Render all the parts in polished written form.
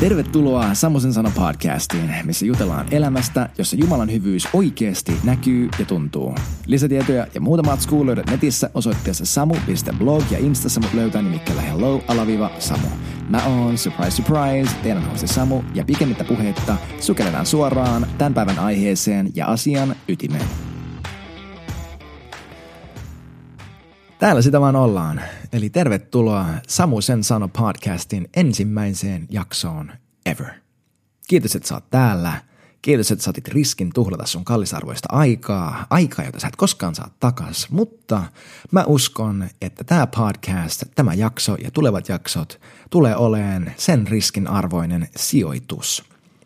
Tervetuloa Samosen sana podcastiin, missä jutellaan elämästä, jossa Jumalan hyvyys oikeasti näkyy ja tuntuu. Lisätietoja ja muuta matskua löydät netissä osoitteessa samu.blog ja Instassa mut löytää nimikkeellä hello_Samu. Mä oon, surprise surprise, teidän hosti Samu ja pikemmittä puheitta sukelletaan suoraan tämän päivän aiheeseen ja asian ytimeen. Täällä sitä vaan ollaan, eli tervetuloa Samosen sano podcastin ensimmäiseen jaksoon ever. Kiitos, että sä oot täällä. Kiitos, että sä otit riskin tuhlata sun kallisarvoista aikaa, jota sä et koskaan saa takas. Mutta mä uskon, että tää podcast, tämä jakso ja tulevat jaksot tulee olemaan sen riskin arvoinen sijoitus.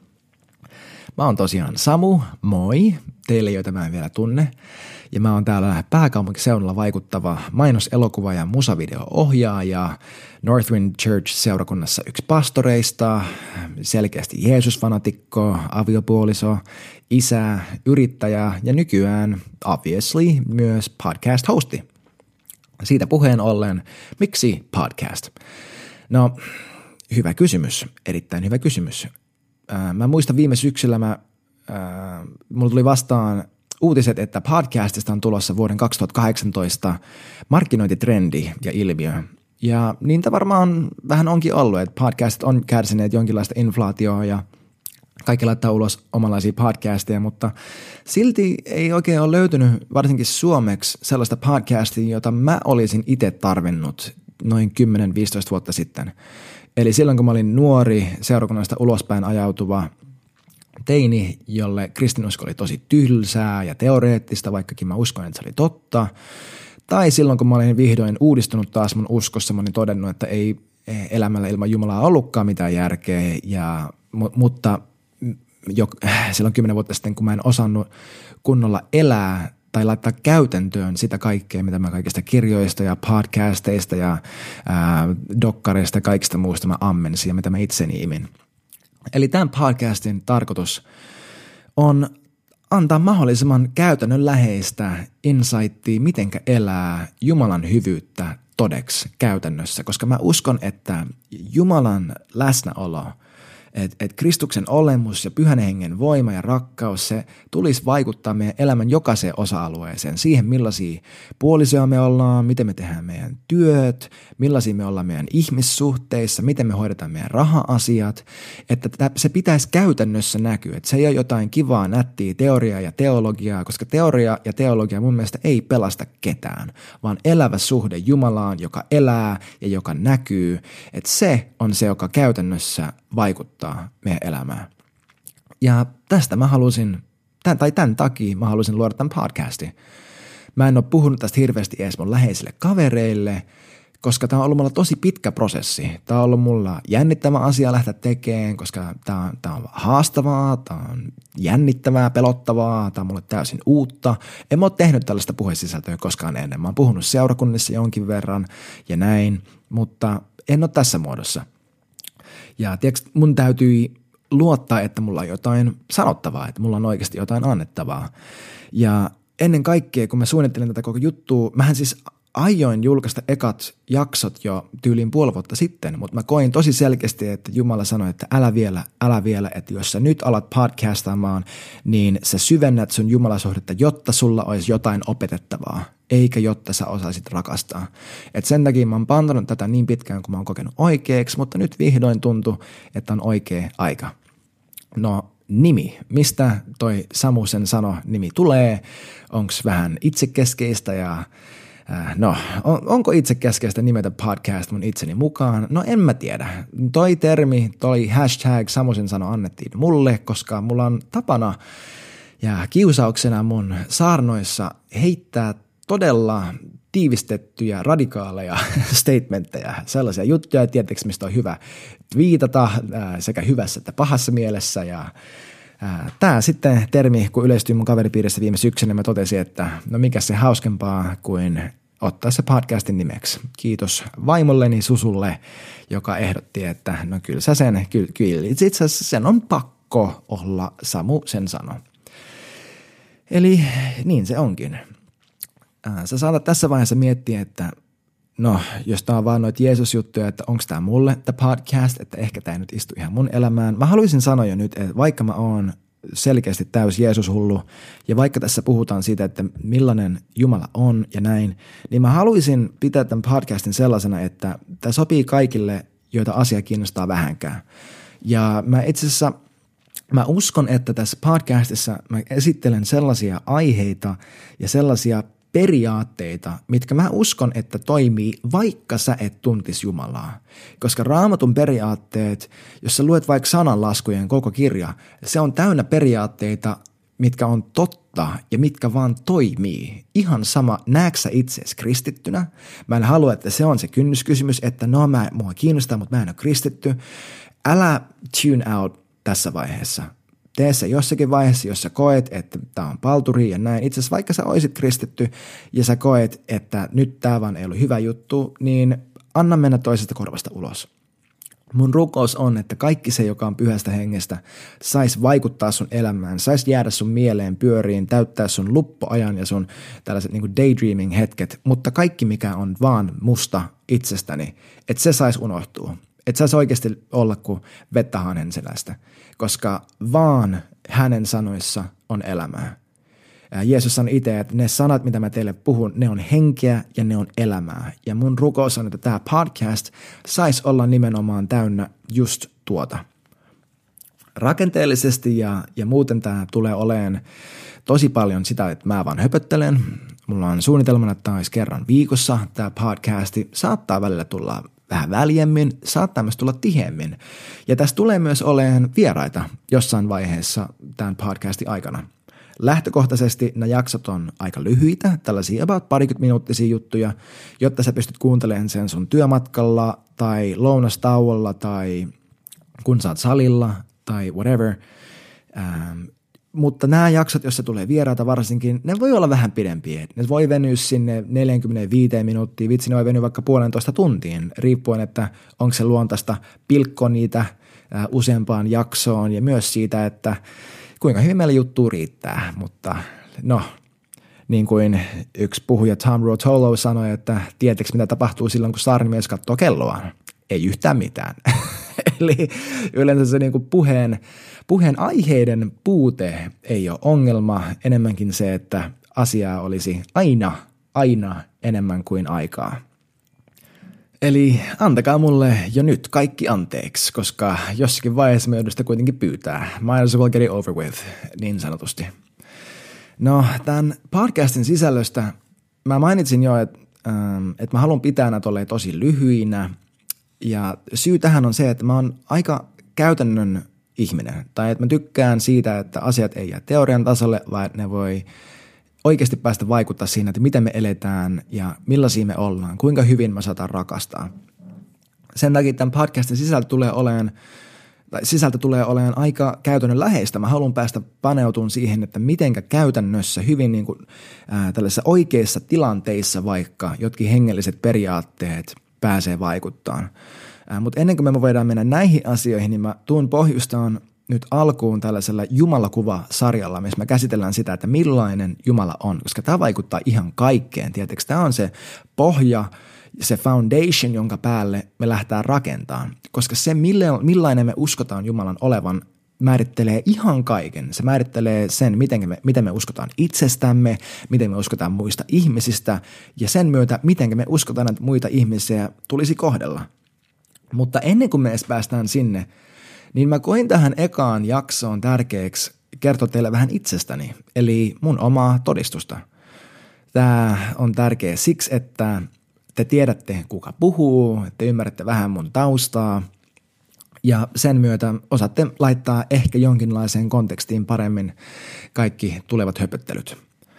Mä oon tosiaan Samu, moi, teille joita mä en vielä tunne. Ja mä oon täällä pääkaupunkiseudulla vaikuttava mainoselokuva- ja musavideo-ohjaaja, Northwind Church-seurakunnassa yksi pastoreista, selkeästi Jeesus-fanatikko, aviopuoliso, isä, yrittäjä ja nykyään, obviously, myös podcast-hosti. Siitä puheen ollen, miksi podcast? No, hyvä kysymys, erittäin hyvä kysymys. Mä muistan viime syksyllä, mulla tuli vastaan uutiset, että podcastista on tulossa vuoden 2018 markkinointitrendi ja ilmiö. Ja niitä varmaan vähän onkin ollut, että podcastit on kärsineet jonkinlaista inflaatioa ja kaikki laittaa ulos omanlaisia podcasteja, mutta silti ei oikein ole löytynyt varsinkin suomeksi sellaista podcastia, jota mä olisin itse tarvinnut noin 10-15 vuotta sitten. Eli silloin, kun mä olin nuori, seurakunnasta ulospäin ajautuva teini, jolle kristinusko oli tosi tylsää ja teoreettista, vaikkakin mä uskon, että se oli totta. Tai silloin, kun mä olin vihdoin uudistunut taas mun uskossa, mä olin todennut, että ei elämällä ilman Jumalaa ollutkaan mitään järkeä. Mutta silloin 10 vuotta sitten, kun mä en osannut kunnolla elää tai laittaa käytäntöön sitä kaikkea, mitä mä kaikista kirjoista ja podcasteista ja dokkareista ja kaikista muusta mä ammensin ja mitä mä itseni imin. Eli tämän podcastin tarkoitus on antaa mahdollisimman käytännönläheistä insightia, mitenkä elää Jumalan hyvyyttä todeksi käytännössä, koska mä uskon, että Jumalan läsnäolo, että Kristuksen olemus ja Pyhän Hengen voima ja rakkaus, se tulisi vaikuttaa meidän elämän jokaiseen osa-alueeseen, siihen millaisia puolisoja me ollaan, miten me tehdään meidän työt, millaisia me ollaan meidän ihmissuhteissa, miten me hoidetaan meidän raha-asiat, että se pitäisi käytännössä näkyä, että se ei ole jotain kivaa, nättiä teoriaa ja teologiaa, koska teoria ja teologia mun mielestä ei pelasta ketään, vaan elävä suhde Jumalaan, joka elää ja joka näkyy, että se on se, joka käytännössä vaikuttaa meidän elämään. Ja tästä mä halusin, tämän takia mä halusin luoda tämän podcastin. Mä en ole puhunut tästä hirveästi edes mun läheisille kavereille, koska tämä on ollut mulla tosi pitkä prosessi. Tämä on ollut mulla jännittävä asia lähteä tekemään, koska tämä on haastavaa, tämä on jännittävää, pelottavaa, tämä on mulle täysin uutta. En mä ole tehnyt tällaista puhesisältöä koskaan ennen. Mä oon puhunut seurakunnissa jonkin verran ja näin, mutta en ole tässä muodossa. Ja tiedätkö, mun täytyy luottaa, että mulla on jotain sanottavaa, että mulla on oikeasti jotain annettavaa. Ja ennen kaikkea, kun mä suunnittelin tätä koko juttua, mähän siis aioin julkaista ekat jaksot jo tyyliin puoli vuotta sitten, mutta mä koin tosi selkeästi, että Jumala sanoi, että älä vielä, että jos sä nyt alat podcastaamaan, niin sä syvennät sun Jumalasuhdetta, jotta sulla olisi jotain opetettavaa, eikä jotta sä osaisit rakastaa. Et sen takia mä oon pantanut tätä niin pitkään, kun mä oon kokenut oikeaksi, mutta nyt vihdoin tuntui, että on oikea aika. No, nimi. Mistä toi Samosen sano nimi tulee? Onks vähän itsekeskeistä ja onko itsekeskeistä nimetä podcast mun itseni mukaan? No en mä tiedä. Toi termi, toi hashtag Samosen sano annettiin mulle, koska mulla on tapana ja kiusauksena mun saarnoissa heittää todella tiivistettyjä, radikaaleja statementteja, sellaisia juttuja, tietysti mistä on hyvä twiitata sekä hyvässä että pahassa mielessä. Ja tämä sitten termi, kun yleistyi mun kaveripiirissä viime syksynä, mä totesin, että no mikä se hauskempaa kuin ottaa se podcastin nimeksi. Kiitos vaimolleni Susulle, joka ehdotti, että no kyllä sä sen, kyllä itse asiassa sen on pakko olla Samosen sano. Eli niin se onkin. Sä saatat tässä vaiheessa miettiä, että no, jos tää on vaan noita Jeesus-juttuja, että onko tää mulle tämä podcast, että ehkä tää ei nyt istu ihan mun elämään. Mä haluaisin sanoa jo nyt, että vaikka mä oon selkeästi täys Jeesus-hullu, ja vaikka tässä puhutaan siitä, että millainen Jumala on ja näin, niin mä haluaisin pitää tämän podcastin sellaisena, että tämä sopii kaikille, joita asia kiinnostaa vähänkään. Ja mä itse asiassa, mä uskon, että tässä podcastissa mä esittelen sellaisia aiheita ja sellaisia periaatteita, mitkä mä uskon, että toimii, vaikka sä et tuntis Jumalaa. Koska Raamatun periaatteet, jos sä luet vaikka sananlaskujen koko kirja, se on täynnä periaatteita, mitkä on totta ja mitkä vaan toimii. Ihan sama, näetkö sä itseäsi kristittynä? Mä en halua, että se on se kynnyskysymys, että no mua kiinnostaa, mutta mä en ole kristitty. Älä tune out tässä vaiheessa. Tee se jossakin vaiheessa, jos sä koet, että tää on palturi ja näin. Itse asiassa vaikka sä oisit kristitty ja sä koet, että nyt tää vaan ei ollut hyvä juttu, niin anna mennä toisesta korvasta ulos. Mun rukous on, että kaikki se, joka on pyhästä hengestä, sais vaikuttaa sun elämään, sais jäädä sun mieleen pyöriin, täyttää sun luppuajan ja sun tällaiset niin kuin daydreaming hetket, mutta kaikki mikä on vaan musta itsestäni, että se sais unohtua. Että saisi oikeasti olla kuin vettä hanen selästä, koska vaan hänen sanoissa on elämää. Jeesus sanoi itse, että ne sanat, mitä mä teille puhun, ne on henkeä ja ne on elämää. Ja mun rukous on, että tämä podcast saisi olla nimenomaan täynnä just tuota. Rakenteellisesti ja muuten tämä tulee olemaan tosi paljon sitä, että mä vaan höpöttelen. Mulla on suunnitelmana, että olisi kerran viikossa tämä podcasti. Saattaa välillä tulla vähän väljemmin, saattaa myös tulla tiheemmin. Ja tässä tulee myös olemaan vieraita jossain vaiheessa tämän podcastin aikana. Lähtökohtaisesti nämä jaksot on aika lyhyitä, tällaisia about parikymmentä-minuuttisia juttuja, jotta sä pystyt kuuntelemaan sen sun työmatkalla tai lounastauolla tai kun sä oot salilla tai whatever. Mutta nämä jaksot, joissa tulee vieraita varsinkin, ne voi olla vähän pidempiä. Ne voi venyä sinne 45 minuuttia, vitsi ne voi venyä vaikka 1,5 tuntiin, riippuen, että onko se luontaista pilkko niitä useampaan jaksoon ja myös siitä, että kuinka hyvin meillä juttua riittää. Mutta no, niin kuin yksi puhuja Tom Rotolo sanoi, että tiedätkö mitä tapahtuu silloin, kun saarnamies katsoo kelloaan? Ei yhtään mitään. Eli yleensä se niin kuin puheen aiheiden puute ei ole ongelma, enemmänkin se, että asiaa olisi aina enemmän kuin aikaa. Eli antakaa mulle jo nyt kaikki anteeksi, koska jossakin vaiheessa me joudun sitä kuitenkin pyytää. Might as well get it over with, niin sanotusti. No, tämän podcastin sisällöstä mä mainitsin jo, että mä haluan pitää näitä olleen tosi lyhyinä. Ja syy tähän on se, että mä oon aika käytännön ihminen. Tai että mä tykkään siitä, että asiat ei jää teorian tasolle, vaan että ne voi oikeasti päästä vaikuttaa siinä, että miten me eletään ja millaisia me ollaan, kuinka hyvin me saataan rakastaa. Sen takia tämän podcastin sisältö tulee olemaan aika käytännönläheistä. Mä haluan päästä paneutumaan siihen, että mitenkä käytännössä hyvin niin kuin, tällaisissa oikeissa tilanteissa vaikka jotkin hengelliset periaatteet pääsee vaikuttamaan. Mutta ennen kuin me voidaan mennä näihin asioihin, niin mä tuun pohjustaan nyt alkuun tällaisella Jumalakuva-sarjalla, missä me käsitellään sitä, että millainen Jumala on, koska tämä vaikuttaa ihan kaikkeen. Tietysti tämä on se pohja, se foundation, jonka päälle me lähdetään rakentamaan, koska se millainen me uskotaan Jumalan olevan, määrittelee ihan kaiken. Se määrittelee sen, miten me uskotaan itsestämme, miten me uskotaan muista ihmisistä ja sen myötä, miten me uskotaan, että muita ihmisiä tulisi kohdella. Mutta ennen kuin me edes päästään sinne, niin mä koin tähän ekaan jaksoon tärkeäksi kertoa teille vähän itsestäni, eli mun omaa todistusta. Tämä on tärkeä siksi, että te tiedätte, kuka puhuu, että ymmärrätte vähän mun taustaa, ja sen myötä osaatte laittaa ehkä jonkinlaiseen kontekstiin paremmin kaikki tulevat höpöttelyt.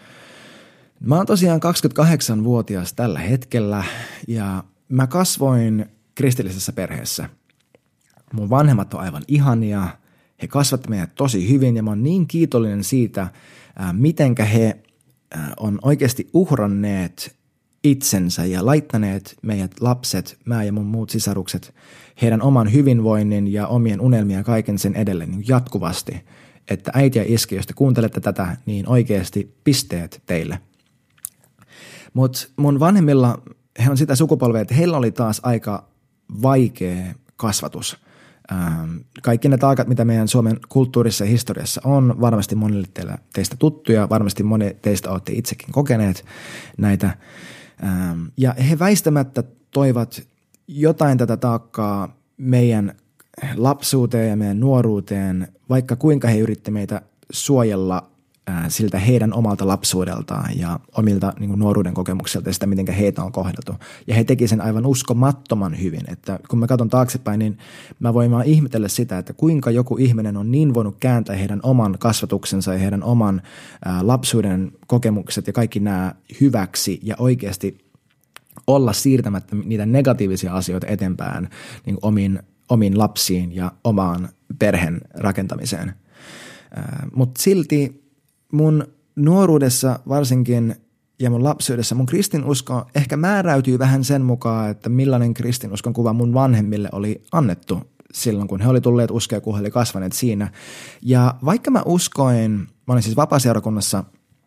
Mä oon tosiaan 28-vuotias tällä hetkellä, ja mä kasvoin kristillisessä perheessä. Mun vanhemmat on aivan ihania, he kasvatti meidät tosi hyvin ja mä oon niin kiitollinen siitä, mitenkä he on oikeasti uhranneet itsensä ja laittaneet meidät lapset, mä ja mun muut sisarukset, heidän oman hyvinvoinnin ja omien unelmia ja kaiken sen edelle niin jatkuvasti. Että äiti ja iski, jos te kuuntelette tätä, niin oikeasti pisteet teille. Mutta mun vanhemmilla, he on sitä sukupolvea, että heillä oli taas aika vaikea kasvatus. Kaikki ne taakat, mitä meidän Suomen kulttuurissa ja historiassa on, varmasti monille teistä tuttuja, varmasti moni teistä olette itsekin kokeneet näitä. Ja he väistämättä toivat jotain tätä taakkaa meidän lapsuuteen ja meidän nuoruuteen, vaikka kuinka he yritti meitä suojella siltä heidän omalta lapsuudeltaan ja omilta niin kuin nuoruuden kokemuksilta ja sitä, miten heitä on kohdeltu. Ja he teki sen aivan uskomattoman hyvin, että kun mä katson taaksepäin, niin mä voin vaan ihmetellä sitä, että kuinka joku ihminen on niin voinut kääntää heidän oman kasvatuksensa ja heidän oman lapsuuden kokemukset ja kaikki nämä hyväksi ja oikeasti olla siirtämättä niitä negatiivisia asioita eteenpäin niin omiin lapsiin ja omaan perheen rakentamiseen. Mutta silti mun nuoruudessa varsinkin ja mun lapsuudessa mun kristinusko ehkä määräytyy vähän sen mukaan, että millainen kristinuskon kuva mun vanhemmille oli annettu silloin, kun he oli tulleet uskoa, kun he oli kasvaneet siinä. Ja vaikka mä olin siis vapaaseurakunnassa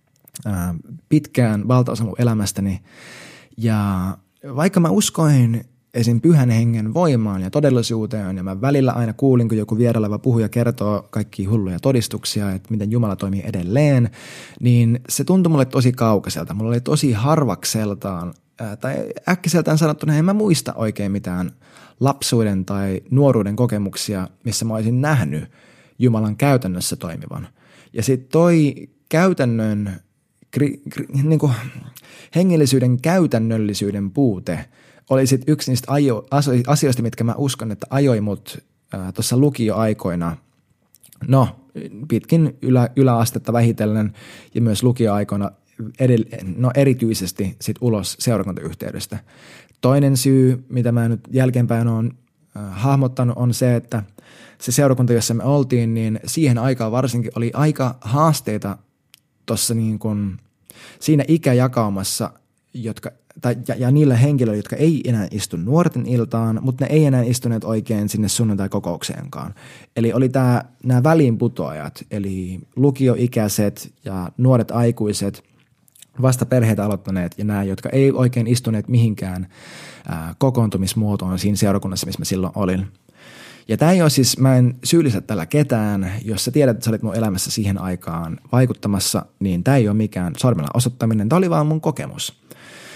pitkään valtaosa mun elämästäni, ja vaikka mä uskoin esim. Pyhän hengen voimaan ja todellisuuteen, ja mä välillä aina kuulin, kun joku vieraileva puhuja kertoo kaikkia hulluja todistuksia, että miten Jumala toimii edelleen, niin se tuntui mulle tosi kaukaiselta. Mulla oli tosi harvakseltaan, tai äkkiseltään sanottuna, en mä muista oikein mitään lapsuuden tai nuoruuden kokemuksia, missä mä olisin nähnyt Jumalan käytännössä toimivan. Ja sitten toi käytännön, niin kuin hengellisyyden käytännöllisyyden puute oli sitten yksi niistä asioista, mitkä mä uskon, että ajoi mut tuossa lukioaikoina, pitkin yläastetta vähitellen ja myös lukioaikoina erityisesti sit ulos seurakuntayhteydestä. Toinen syy, mitä mä nyt jälkeenpäin olen hahmottanut, on se, että se seurakunta, jossa me oltiin, niin siihen aikaan varsinkin oli aika haasteita tuossa niin kuin siinä ikäjakaumassa, ja niillä henkilöillä, jotka ei enää istu nuorten iltaan, mutta ne ei enää istuneet oikein sinne sunnuntai-kokoukseenkaan. Eli oli nämä väliinputoajat, eli lukioikäiset ja nuoret aikuiset, vasta perheitä aloittaneet ja nämä, jotka ei oikein istuneet mihinkään kokoontumismuotoon siinä seurakunnassa, missä mä silloin olin. Ja tämä ei ole siis, mä en syyllistä tällä ketään, jos sä tiedät, että sä olit mun elämässä siihen aikaan vaikuttamassa, niin tämä ei ole mikään sormella osoittaminen, tämä oli vaan mun kokemus.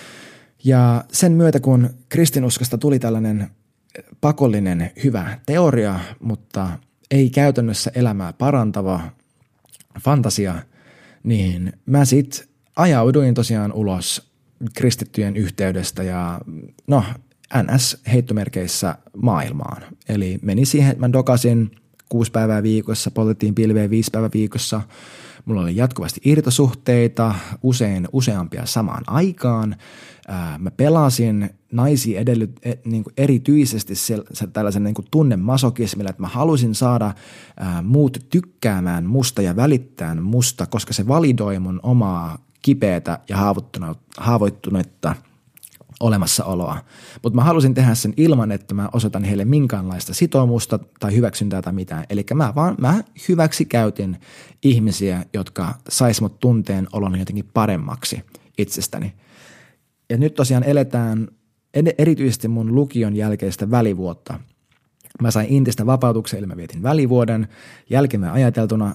Ja sen myötä, kun kristinuskosta tuli tällainen pakollinen hyvä teoria, mutta ei käytännössä elämää parantava fantasia, niin mä sit ajauduin tosiaan ulos kristittyjen yhteydestä ja NS-heittomerkeissä maailmaan. Eli meni siihen, että mä dokasin 6 päivää viikossa, poltettiin pilveä 5 päivää viikossa. Mulla oli jatkuvasti irtosuhteita, useampia samaan aikaan. Mä pelasin naisia niin kuin erityisesti tällaisen niin kuin tunnemasokismilla, että mä halusin saada muut tykkäämään musta ja välittämään musta, koska se validoi mun omaa kipeätä ja haavoittunutta olemassaoloa. Mutta mä halusin tehdä sen ilman, että mä osoitan heille minkäänlaista sitoumusta tai hyväksyntää tai mitään. Eli mä hyväksikäytin ihmisiä, jotka sais mut tunteen olon jotenkin paremmaksi itsestäni. Ja nyt tosiaan eletään erityisesti mun lukion jälkeistä välivuotta. Mä sain intistä vapautuksen, eli mä vietin välivuoden. Jälkeen ajateltuna,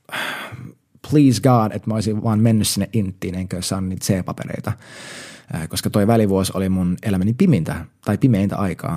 please God, että mä olisin vaan mennyt sinne inttiin, enkä saanut niitä C-papereita. Koska toi välivuosi oli mun elämäni pimeintä aikaa.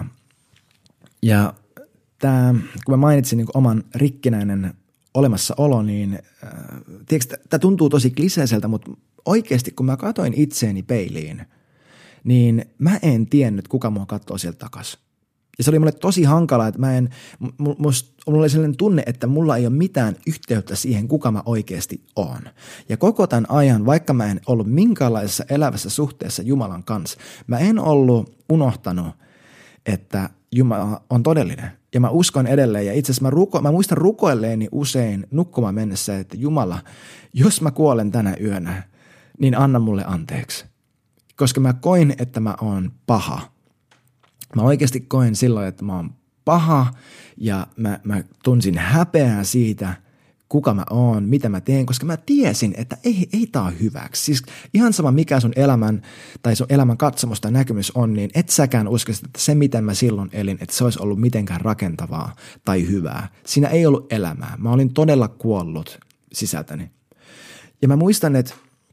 Ja kun mä mainitsin niin oman rikkinäinen olemassaolo, niin tämä tuntuu tosi kliseiseltä, mutta oikeasti kun mä katsoin itseeni peiliin, niin mä en tiennyt, kuka mua katsoo sieltä takas. Ja se oli mulle tosi hankalaa, että mulla oli sellainen tunne, että mulla ei ole mitään yhteyttä siihen, kuka mä oikeasti oon. Ja koko tämän ajan, vaikka mä en ollut minkäänlaisessa elävässä suhteessa Jumalan kanssa, mä en ollut unohtanut, että Jumala on todellinen. Ja mä uskon edelleen, ja itse asiassa mä muistan rukoilleeni usein nukkumaan mennessä, että Jumala, jos mä kuolen tänä yönä, niin anna mulle anteeksi. Koska mä koin, että mä oon paha. Mä oikeasti koin silloin, että mä oon paha ja mä tunsin häpeää siitä, kuka mä oon, mitä mä teen, koska mä tiesin, että ei tää ole hyväksi. Siis ihan sama mikä sun elämän tai sun elämän katsomus tai näkymys on, niin et säkään uskoisi, että se mitä mä silloin elin, että se olisi ollut mitenkään rakentavaa tai hyvää. Siinä ei ollut elämää. Mä olin todella kuollut sisältäni. Ja mä muistan, että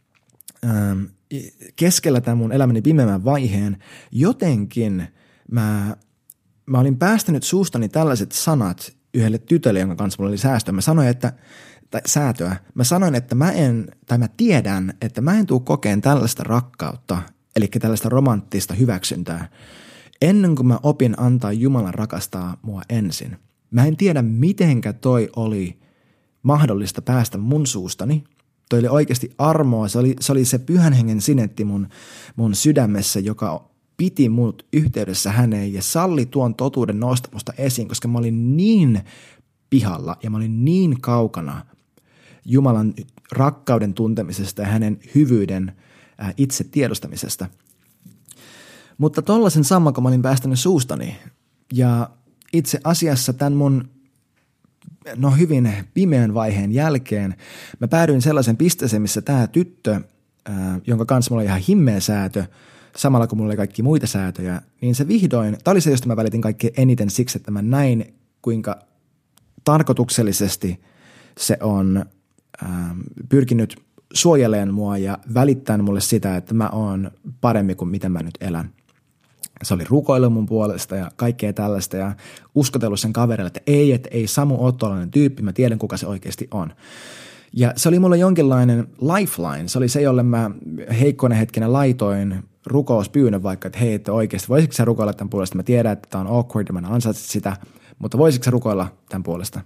keskellä tämän mun elämäni pimeämmän vaiheen jotenkin mä olin päästänyt suustani tällaiset sanat yhdelle tytölle, jonka kanssa mulla oli säästöä. Mä sanoin, että mä tiedän, että mä en tule kokeen tällaista rakkautta, eli tällaista romanttista hyväksyntää, ennen kuin mä opin antaa Jumalan rakastaa mua ensin. Mä en tiedä, mitenkä toi oli mahdollista päästä mun suustani. Toi oli oikeasti armoa, se oli se Pyhän Hengen sinetti mun sydämessä, joka piti mut yhteydessä häneen ja salli tuon totuuden nostamusta esiin, koska mä olin niin pihalla ja mä olin niin kaukana Jumalan rakkauden tuntemisesta ja hänen hyvyyden itse tiedostamisesta. Mutta tollaisen sama, kun mä olin päästänyt suustani ja itse asiassa tämän mun hyvin pimeän vaiheen jälkeen mä päädyin sellaisen pisteeseen, missä tämä tyttö, jonka kanssa mulla oli ihan himmeä säätö, samalla kun mulla oli kaikki muita säätöjä, niin se vihdoin, tämä oli se, josta mä välitin kaikkein eniten siksi, että mä näin, kuinka tarkoituksellisesti se on pyrkinyt suojelemaan mua ja välittämään mulle sitä, että mä oon paremmin kuin miten mä nyt elän. Se oli rukoillut mun puolesta ja kaikkea tällaista ja uskotellut sen kaverille, että ei Samu ole tollainen tyyppi, mä tiedän kuka se oikeasti on. Ja se oli mulle jonkinlainen lifeline, se oli se, jolle mä heikkoinen hetkenä laitoin rukouspyynnön vaikka, että hei, että oikeasti voisitko sä rukoilla tämän puolesta? Mä tiedän, että tää on awkward ja mä en ansaitse sitä, mutta voisitko sä rukoilla tämän puolesta?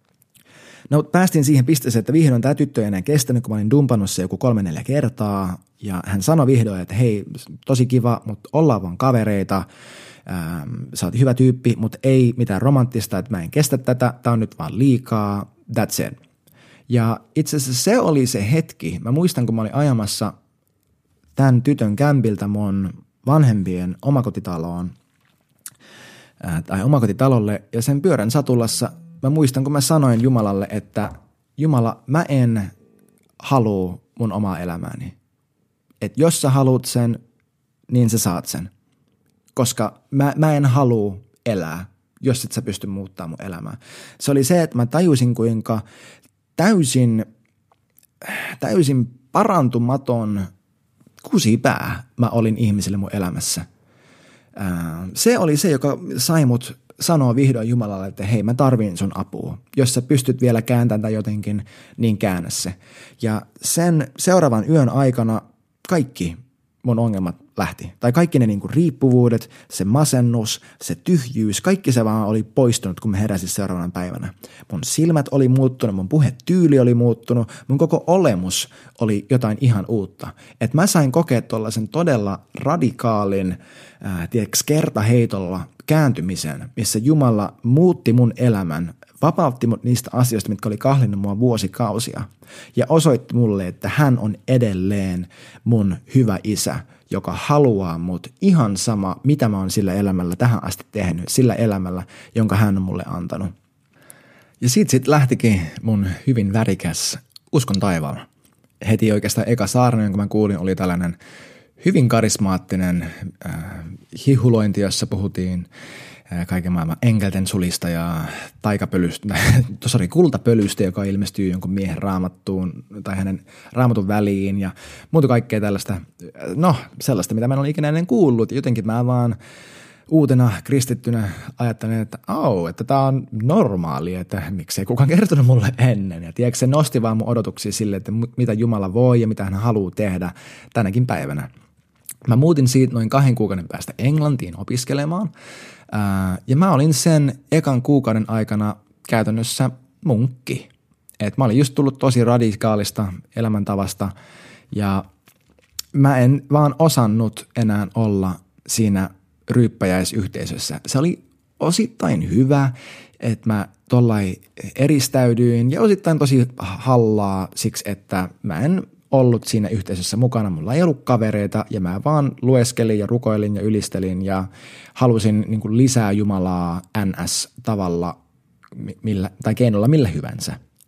No päästiin siihen pisteeseen, että vihdoin tämä tyttö ei enää kestänyt, kun mä olin dumpannut se joku 3-4 kertaa ja hän sanoi vihdoin, että hei, tosi kiva, mutta ollaan vaan kavereita, sä oot hyvä tyyppi, mutta ei mitään romanttista, että mä en kestä tätä, tää on nyt vaan liikaa, that's it. Ja itse asiassa se oli se hetki, mä muistan kun mä olin ajamassa tämän tytön kämpiltä mun vanhempien omakotitaloon tai omakotitalolle ja sen pyörän satulassa mä muistan, kun mä sanoin Jumalalle, että Jumala, mä en halua mun omaa elämääni. Että jos sä haluat sen, niin sä saat sen. Koska mä en halua elää, jos et sä pysty muuttamaan mun elämää. Se oli se, että mä tajusin, kuinka täysin parantumaton kusipää mä olin ihmiselle mun elämässä. Se oli se, joka sai mut sanoa vihdoin Jumalalle, että hei, mä tarvin sun apua. Jos sä pystyt vielä kääntämään tai jotenkin, niin käännä se. Ja sen seuraavan yön aikana kaikki mun ongelmat lähti. Tai kaikki ne niinku riippuvuudet, se masennus, se tyhjyys, kaikki se vaan oli poistunut, kun mä heräsin seuraavana päivänä. Mun silmät oli muuttunut, mun puhetyyli oli muuttunut, mun koko olemus oli jotain ihan uutta. Et mä sain kokea tollaisen todella radikaalin, kertaheitolla kääntymisen, missä Jumala muutti mun elämän, vapautti mut niistä asioista, mitkä oli kahlinnut mua vuosikausia ja osoitti mulle, että hän on edelleen mun hyvä isä, joka haluaa mut ihan sama, mitä mä oon sillä elämällä tähän asti tehnyt, sillä elämällä, jonka hän on mulle antanut. Ja siitä sitten lähtikin mun hyvin värikäs uskon taivaalla. Heti oikeastaan eka saarna, jonka mä kuulin, oli tällainen hyvin karismaattinen hihulointi, jossa puhuttiin kaiken maailman enkelten sulista ja kultapölystä, joka ilmestyy jonkun miehen raamattuun tai hänen raamatun väliin ja muuta kaikkea tällaista, sellaista, mitä mä en ole ikinä ennen kuullut. Jotenkin mä vaan uutena kristittynä ajattelin, että tää on normaalia, että miksei kukaan kertonut mulle ennen. Ja tiedätkö, se nosti vaan mun odotuksia sille, että mitä Jumala voi ja mitä hän haluaa tehdä tänäkin päivänä. Mä muutin siitä noin 2 kuukauden päästä Englantiin opiskelemaan. Ja mä olin sen ekan kuukauden aikana käytännössä munkki. Et mä olin just tullut tosi radikaalista elämäntavasta ja mä en vaan osannut enää olla siinä ryyppäjäisyhteisössä. Se oli osittain hyvä, että mä tollai eristäydyin ja osittain tosi hallaa siksi, että mä en ollut siinä yhteisössä mukana. Mulla ei ollut kavereita ja mä vaan lueskelin ja rukoilin ja ylistelin ja halusin niin kuin lisää Jumalaa NS-tavalla tai keinolla millä hyvänsä.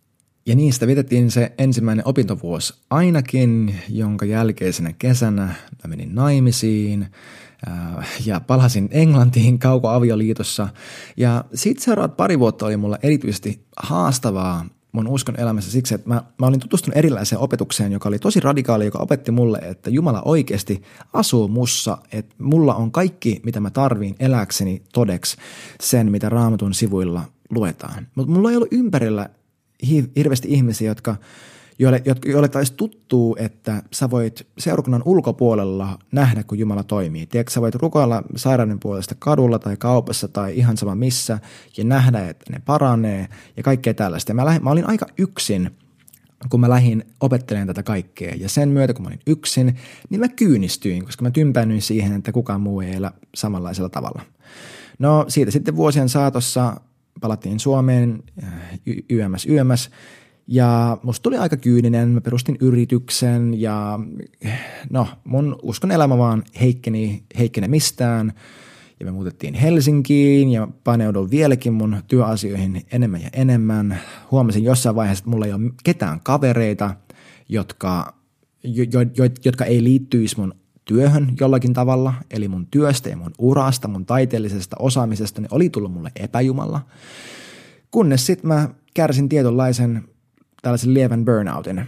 Ja niistä vietettiin se ensimmäinen opintovuosi ainakin, jonka jälkeisenä kesänä mä menin naimisiin ja palasin Englantiin kaukoavioliitossa. Ja sit seuraavat 2 vuotta oli mulla erityisesti haastavaa mun uskon elämässä siksi, että mä olin tutustunut erilaiseen opetukseen, joka oli tosi radikaali, joka opetti mulle, että Jumala oikeasti asuu mussa, että mulla on kaikki, mitä mä tarviin elääkseni todeksi sen, mitä Raamatun sivuilla luetaan. Mutta mulla ei ollut ympärillä hirveästi ihmisiä, joille taisi tuttuu, että sä voit seurakunnan ulkopuolella nähdä, kun Jumala toimii. Tiedätkö, sä voit rukoilla sairauden puolesta kadulla tai kaupassa tai ihan sama missä ja nähdä, että ne paranee ja kaikkea tällaista. Ja mä olin aika yksin, kun mä lähdin opettelemaan tätä kaikkea. Ja sen myötä, kun mä olin yksin, niin mä kyynistyin, koska mä tympäännyin siihen, että kukaan muu ei elä samanlaisella tavalla. No siitä sitten vuosien saatossa palattiin Suomeen YMS. Ja musta tuli aika kyyninen, mä perustin yrityksen ja mun uskon elämä vaan heikkenemistään ja me muutettiin Helsinkiin ja paneuduin vieläkin mun työasioihin enemmän ja enemmän. Huomasin jossain vaiheessa, että mulla ei ole ketään kavereita, jotka ei liittyisi mun työhön jollakin tavalla, eli mun työstä ja mun urasta, mun taiteellisesta osaamisesta, ne oli tullut mulle epäjumala. Kunnes sitten mä kärsin tietynlaisen tällaisen lievän burnoutin.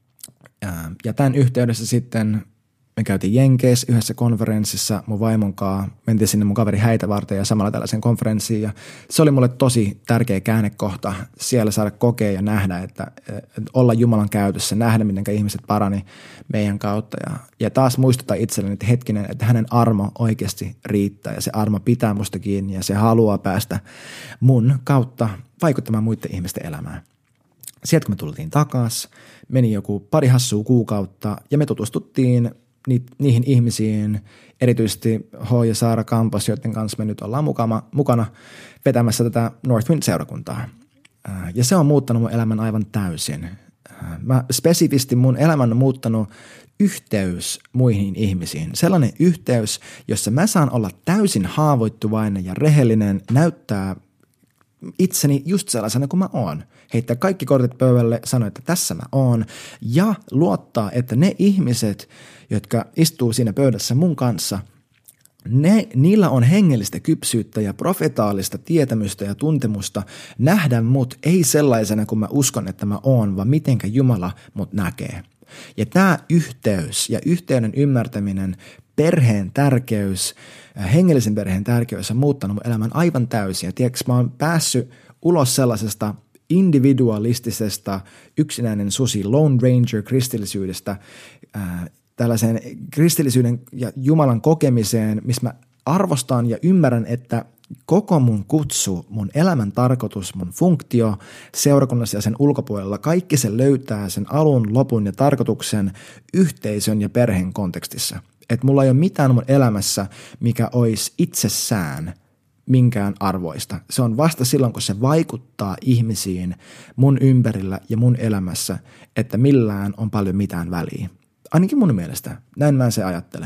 Ja tämän yhteydessä sitten me käytiin Jenkeissä yhdessä konferenssissa mun vaimon kanssa, mentiin sinne mun kaveri häitä varten ja samalla tällaisen konferenssiin. Ja se oli mulle tosi tärkeä käännekohta siellä saada kokea ja nähdä, että olla Jumalan käytössä, nähdä miten ihmiset parani meidän kautta. Ja taas muistuttaa itselleni, että hetkinen, että hänen armo oikeasti riittää ja se armo pitää musta kiinni ja se haluaa päästä mun kautta vaikuttamaan muiden ihmisten elämään. Sieltä kun me tultiin takaisin, meni joku 2 hassua kuukautta ja me tutustuttiin niihin ihmisiin, erityisesti H. ja Saara Kampos, joiden kanssa me nyt ollaan mukana vetämässä tätä Northwind-seurakuntaa. Ja se on muuttanut mun elämän aivan täysin. Spesifisti mun elämän on muuttanut yhteys muihin ihmisiin. Sellainen yhteys, jossa mä saan olla täysin haavoittuvainen ja rehellinen, näyttää itseni just sellaisena kuin mä oon. Heittää kaikki kortit pöydälle, sanoa, että tässä mä oon ja luottaa, että ne ihmiset, jotka istuu siinä pöydässä mun kanssa, niillä on hengellistä kypsyyttä ja profetaalista tietämystä ja tuntemusta nähdä mut ei sellaisena kuin mä uskon, että mä oon, vaan mitenkä Jumala mut näkee. Ja tämä yhteys ja yhteyden ymmärtäminen, perheen tärkeys, hengellisen perheen tärkeys on muuttanut mun elämän aivan täysin. Ja tiedätkö, mä oon päässyt ulos sellaisesta individualistisesta yksinäinen susi, Lone Ranger kristillisyydestä, tällaiseen kristillisyyden ja Jumalan kokemiseen, missä mä arvostan ja ymmärrän, että koko mun kutsu, mun elämän tarkoitus, mun funktio seurakunnassa ja sen ulkopuolella, kaikki se löytää sen alun, lopun ja tarkoituksen yhteisön ja perheen kontekstissa. Että mulla ei ole mitään mun elämässä, mikä olisi itsessään minkään arvoista. Se on vasta silloin, kun se vaikuttaa ihmisiin mun ympärillä ja mun elämässä, että millään on paljon mitään väliä. Ainakin mun mielestä. Näin mä se ajattelen.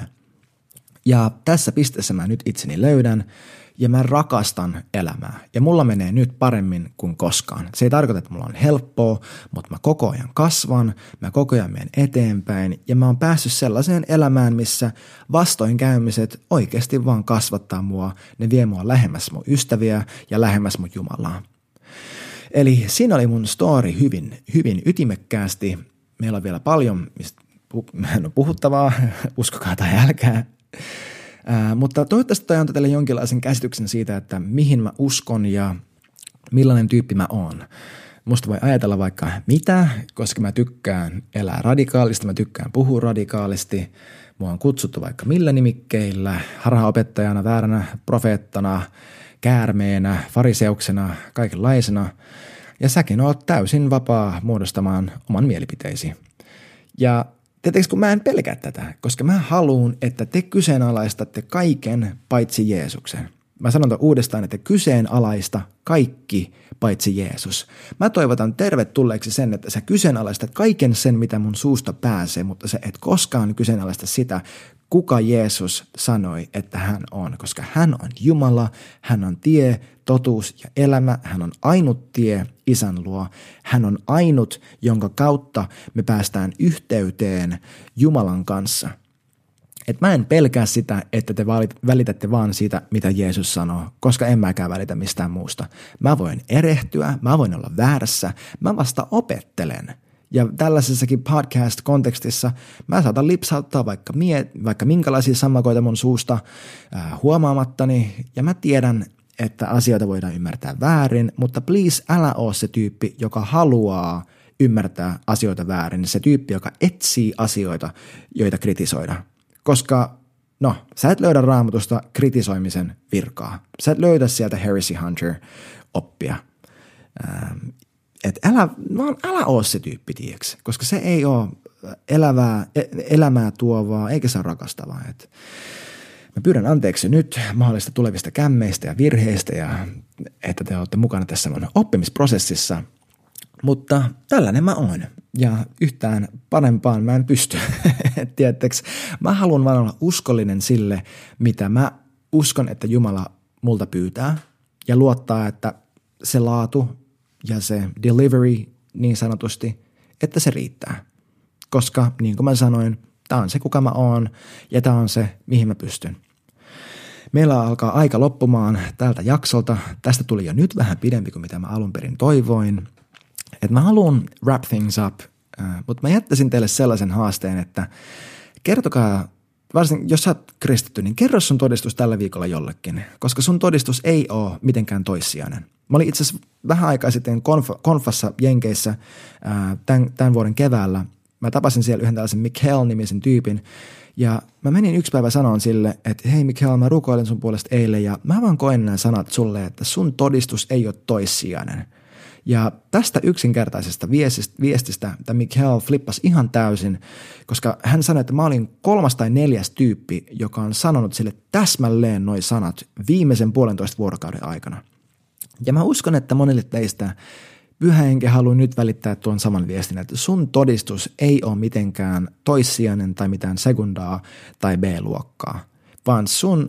Ja tässä pisteessä mä nyt itseni löydän ja mä rakastan elämää. Ja mulla menee nyt paremmin kuin koskaan. Se ei tarkoita, että mulla on helppoa, mutta mä koko ajan kasvan, mä koko ajan menen eteenpäin ja mä oon päässyt sellaiseen elämään, missä vastoinkäymiset oikeasti vaan kasvattaa mua. Ne vie mua lähemmäs mun ystäviä ja lähemmäs mun Jumalaa. Eli siinä oli mun story hyvin ytimekkäästi. Meillä on vielä paljon, mistä puhuttavaa, uskokaa tai älkää. Mutta toivottavasti toi antaa teille jonkinlaisen käsityksen siitä, että mihin mä uskon ja millainen tyyppi mä oon. Musta voi ajatella vaikka mitä, koska mä tykkään elää radikaalisti, mä tykkään puhua radikaalisti. Mua on kutsuttu vaikka millä nimikkeillä, harhaopettajana, vääränä profeettana, käärmeenä, fariseuksena, kaikenlaisena. Ja säkin oot täysin vapaa muodostamaan oman mielipiteesi. Ja tietysti kun mä en pelkää tätä, koska mä haluan, että te kyseenalaistatte kaiken paitsi Jeesuksen. Mä sanon tämän uudestaan, että kyseenalaista kaikki paitsi Jeesus. Mä toivotan tervetulleeksi sen, että sä kyseenalaistat kaiken sen, mitä mun suusta pääsee, mutta sä et koskaan kyseenalaista sitä, kuka Jeesus sanoi, että hän on. Koska hän on Jumala, hän on tie, totuus ja elämä, hän on ainut tie Isän luo. Hän on ainut, jonka kautta me päästään yhteyteen Jumalan kanssa. Et mä en pelkää sitä, että te välitätte vaan siitä, mitä Jeesus sanoo, koska en mäkään välitä mistään muusta. Mä voin erehtyä, mä voin olla väärässä, mä vasta opettelen. Ja tällaisessakin podcast-kontekstissa mä saatan lipsauttaa vaikka minkälaisia sammakoita mun suusta huomaamattani, ja mä tiedän, että asioita voidaan ymmärtää väärin, mutta please älä oo se tyyppi, joka haluaa ymmärtää asioita väärin, se tyyppi, joka etsii asioita, joita kritisoida. Koska, sä et löydä Raamatusta kritisoimisen virkaa. Sä et löydä sieltä Heresy Hunter-oppia. Älä oo se tyyppi, tiiäks? Koska se ei ole elämää tuovaa, eikä se ole rakastavaa. Mä pyydän anteeksi nyt mahdollista tulevista kämmeistä ja virheistä ja että te olette mukana tässä mun oppimisprosessissa. Mutta tällainen mä oon ja yhtään parempaan mä en pysty. Tiedättekö, mä haluan vaan olla uskollinen sille, mitä mä uskon, että Jumala multa pyytää ja luottaa, että se laatu ja se delivery niin sanotusti, että se riittää. Koska niin kuin mä sanoin, tää on se kuka mä oon ja tää on se mihin mä pystyn. Meillä alkaa aika loppumaan tältä jaksolta. Tästä tuli jo nyt vähän pidempi kuin mitä mä alun perin toivoin. Että mä haluan wrap things up, mutta mä jättäisin teille sellaisen haasteen, että kertokaa, varsinkin jos sä oot kristitty, niin kerro sun todistus tällä viikolla jollekin, koska sun todistus ei ole mitenkään toissijainen. Mä olin itse asiassa vähän aikaa sitten konfassa Jenkeissä tämän vuoden keväällä. Mä tapasin siellä yhden tällaisen Mikhail-nimisen tyypin ja mä menin yksi päivä sanoon sille, että hei Mikhail, mä rukoilin sun puolesta eilen ja mä vaan koen nämä sanat sulle, että sun todistus ei ole toissijainen. Ja tästä yksinkertaisesta viestistä tämä Mikhail flippasi ihan täysin, koska hän sanoi, että mä olin 3. tai 4. tyyppi, joka on sanonut sille täsmälleen noi sanat viimeisen 1,5 vuorokauden aikana. Ja mä uskon, että monille teistä Pyhä Henki haluaa nyt välittää tuon saman viestin, että sun todistus ei ole mitenkään toissijainen tai mitään sekundaa tai B-luokkaa, vaan sun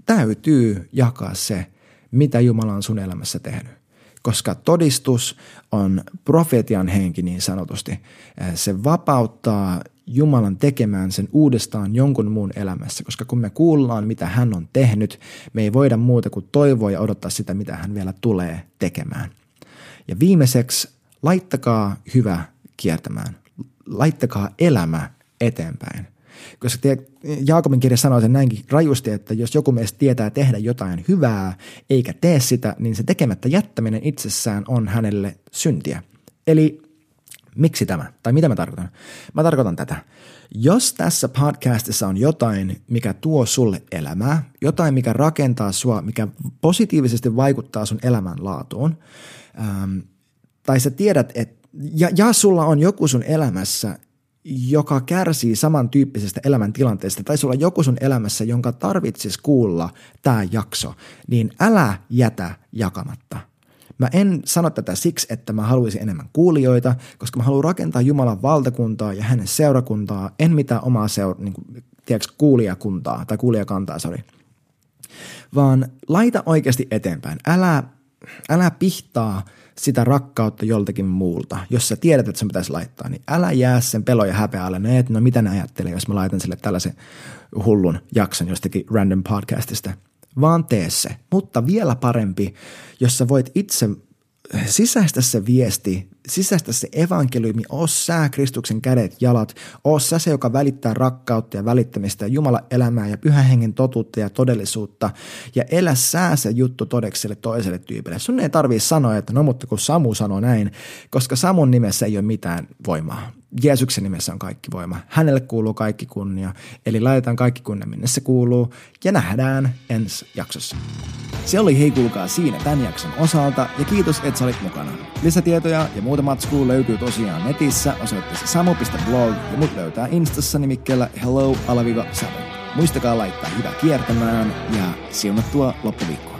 täytyy jakaa se, mitä Jumala on sun elämässä tehnyt. Koska todistus on profetian henki niin sanotusti. Se vapauttaa Jumalan tekemään sen uudestaan jonkun muun elämässä, koska kun me kuullaan, mitä hän on tehnyt, me ei voida muuta kuin toivoa ja odottaa sitä, mitä hän vielä tulee tekemään. Ja viimeiseksi, laittakaa hyvä kiertämään. Laittakaa elämä eteenpäin. Koska Jaakobin kirja sanoo sen näinkin rajusti, että jos joku meistä tietää tehdä jotain hyvää eikä tee sitä, niin se tekemättä jättäminen itsessään on hänelle syntiä. Eli miksi tämä? Tai mitä mä tarkoitan? Mä tarkoitan tätä. Jos tässä podcastissa on jotain, mikä tuo sulle elämää, jotain, mikä rakentaa sua, mikä positiivisesti vaikuttaa sun elämänlaatuun, tai sä tiedät, että ja sulla on joku sun elämässä, joka kärsii samantyyppisestä elämäntilanteesta, tai sulla on joku sun elämässä, jonka tarvitsisi kuulla tämä jakso, niin älä jätä jakamatta. Mä en sano tätä siksi, että mä haluaisin enemmän kuulijoita, koska mä haluan rakentaa Jumalan valtakuntaa ja hänen seurakuntaa, en mitään omaa kuulijakuntaa tai kuulijakantaa, vaan laita oikeasti eteenpäin. Älä pihtaa sitä rakkautta joltakin muulta. Jos sä tiedät, että sen pitäisi laittaa, niin älä jää sen pelon ja häpeä alle. No mitä ne ajattelee, jos mä laitan sille tällaisen hullun jakson jostakin random podcastista. Vaan tee se. Mutta vielä parempi, jos sä voit itse sisäistä se viesti, sisäistä se evankeliumi, oo sä Kristuksen kädet, jalat, oo sä se, joka välittää rakkautta ja välittämistä ja Jumalan elämää ja Pyhän Hengen totuutta ja todellisuutta ja elä sä se juttu todeksi toiselle tyypille. Sun ei tarvii sanoa, että no mutta kun Samu sanoo näin, koska Samun nimessä ei ole mitään voimaa. Jeesuksen nimessä on kaikki voima. Hänelle kuuluu kaikki kunnia, eli laitetaan kaikki kunnia minne se kuuluu ja nähdään ensi jaksossa. Se oli hei kuulkaa siinä tämän jakson osalta ja kiitos, että sä olit mukana. Lisätietoja ja muuta matskua löytyy tosiaan netissä osoitteessa samu.blog ja mut löytää Instassa nimikkeellä hello_samu. Muistakaa laittaa hyvä kiertämään ja siunattua loppuviikkoa.